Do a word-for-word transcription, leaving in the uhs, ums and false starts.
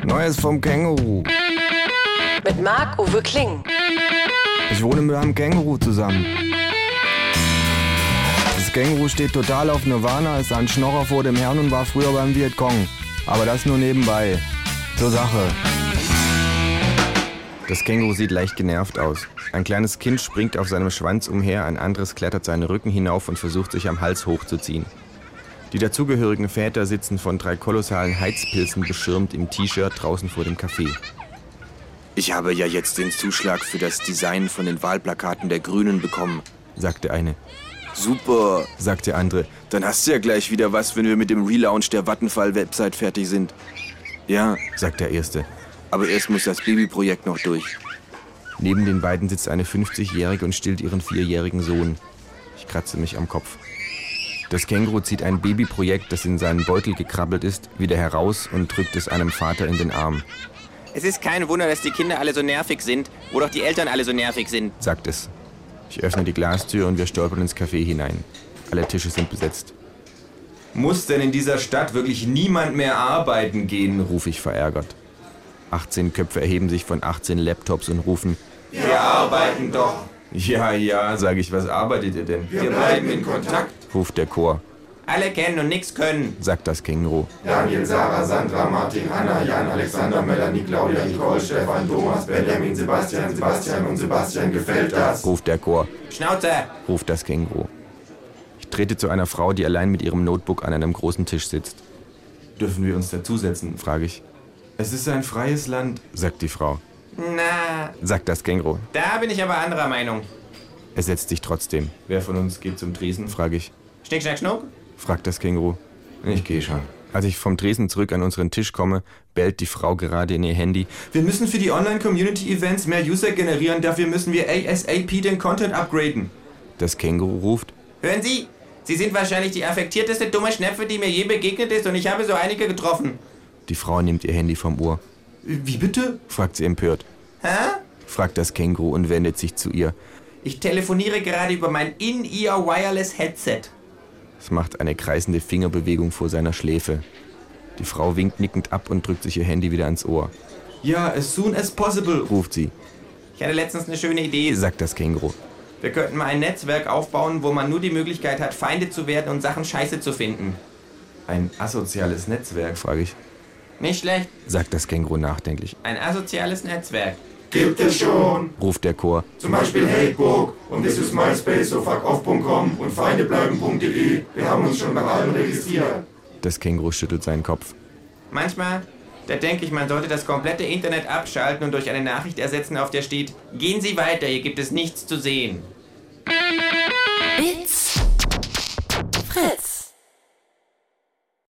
Neues vom Känguru. Mit Marc-Uwe Kling. Ich wohne mit einem Känguru zusammen. Das Känguru steht total auf Nirvana, ist ein Schnorrer vor dem Herrn und war früher beim Vietcong. Aber das nur nebenbei. Zur Sache. Das Känguru sieht leicht genervt aus. Ein kleines Kind springt auf seinem Schwanz umher, ein anderes klettert seinen Rücken hinauf und versucht sich am Hals hochzuziehen. Die dazugehörigen Väter sitzen von drei kolossalen Heizpilzen beschirmt im T-Shirt draußen vor dem Café. Ich habe ja jetzt den Zuschlag für das Design von den Wahlplakaten der Grünen bekommen, sagt der eine. Super, sagt der andere. Dann hast du ja gleich wieder was, wenn wir mit dem Relaunch der Vattenfall-Website fertig sind. Ja, sagt der erste. Aber erst muss das Babyprojekt noch durch. Neben den beiden sitzt eine fünfzigjährige und stillt ihren vierjährigen Sohn. Ich kratze mich am Kopf. Das Känguru zieht ein Babyprojekt, das in seinen Beutel gekrabbelt ist, wieder heraus und drückt es einem Vater in den Arm. Es ist kein Wunder, dass die Kinder alle so nervig sind, wo doch die Eltern alle so nervig sind, sagt es. Ich öffne die Glastür und wir stolpern ins Café hinein. Alle Tische sind besetzt. Muss denn in dieser Stadt wirklich niemand mehr arbeiten gehen, rufe ich verärgert. achtzehn Köpfe erheben sich von achtzehn Laptops und rufen: Wir arbeiten doch. Ja, ja, sage ich, was arbeitet ihr denn? Wir bleiben in Kontakt, ruft der Chor. Alle kennen und nix können, sagt das Känguru. Daniel, Sarah, Sandra, Martin, Anna, Jan, Alexander, Melanie, Claudia, Nicole, Stefan, Thomas, Benjamin, Sebastian, Sebastian und Sebastian gefällt das, ruft der Chor. Schnauze, ruft das Känguru. Ich trete zu einer Frau, die allein mit ihrem Notebook an einem großen Tisch sitzt. Dürfen wir uns dazusetzen, frage ich. Es ist ein freies Land, sagt die Frau. Na, sagt das Känguru. Da bin ich aber anderer Meinung. Er setzt sich trotzdem. Wer von uns geht zum Tresen, frage ich. Schnick, schnack, schnuck? fragt das Känguru. Ich gehe schon. Als ich vom Tresen zurück an unseren Tisch komme, bellt die Frau gerade in ihr Handy. Wir müssen für die Online-Community-Events mehr User generieren, dafür müssen wir ASAP den Content upgraden. Das Känguru ruft: Hören Sie, Sie sind wahrscheinlich die affektierteste dumme Schnepfe, die mir je begegnet ist, und ich habe so einige getroffen. Die Frau nimmt ihr Handy vom Ohr. Wie bitte? fragt sie empört. Hä? fragt das Känguru und wendet sich zu ihr. Ich telefoniere gerade über mein In-Ear Wireless Headset. Es macht eine kreisende Fingerbewegung vor seiner Schläfe. Die Frau winkt nickend ab und drückt sich ihr Handy wieder ans Ohr. Ja, as soon as possible, ruft sie. Ich hatte letztens eine schöne Idee, sagt das Känguru. Wir könnten mal ein Netzwerk aufbauen, wo man nur die Möglichkeit hat, Feinde zu werden und Sachen scheiße zu finden. Ein asoziales Netzwerk, frage ich. Nicht schlecht, sagt das Känguru nachdenklich. Ein asoziales Netzwerk. Gibt es schon, ruft der Chor. Zum Beispiel Hatebook und This is MySpace, so fuckoff punkt com und feindebleiben punkt de. Wir haben uns schon bei allen registriert. Das Känguru schüttelt seinen Kopf. Manchmal, da denke ich, man sollte das komplette Internet abschalten und durch eine Nachricht ersetzen, auf der steht: Gehen Sie weiter, hier gibt es nichts zu sehen.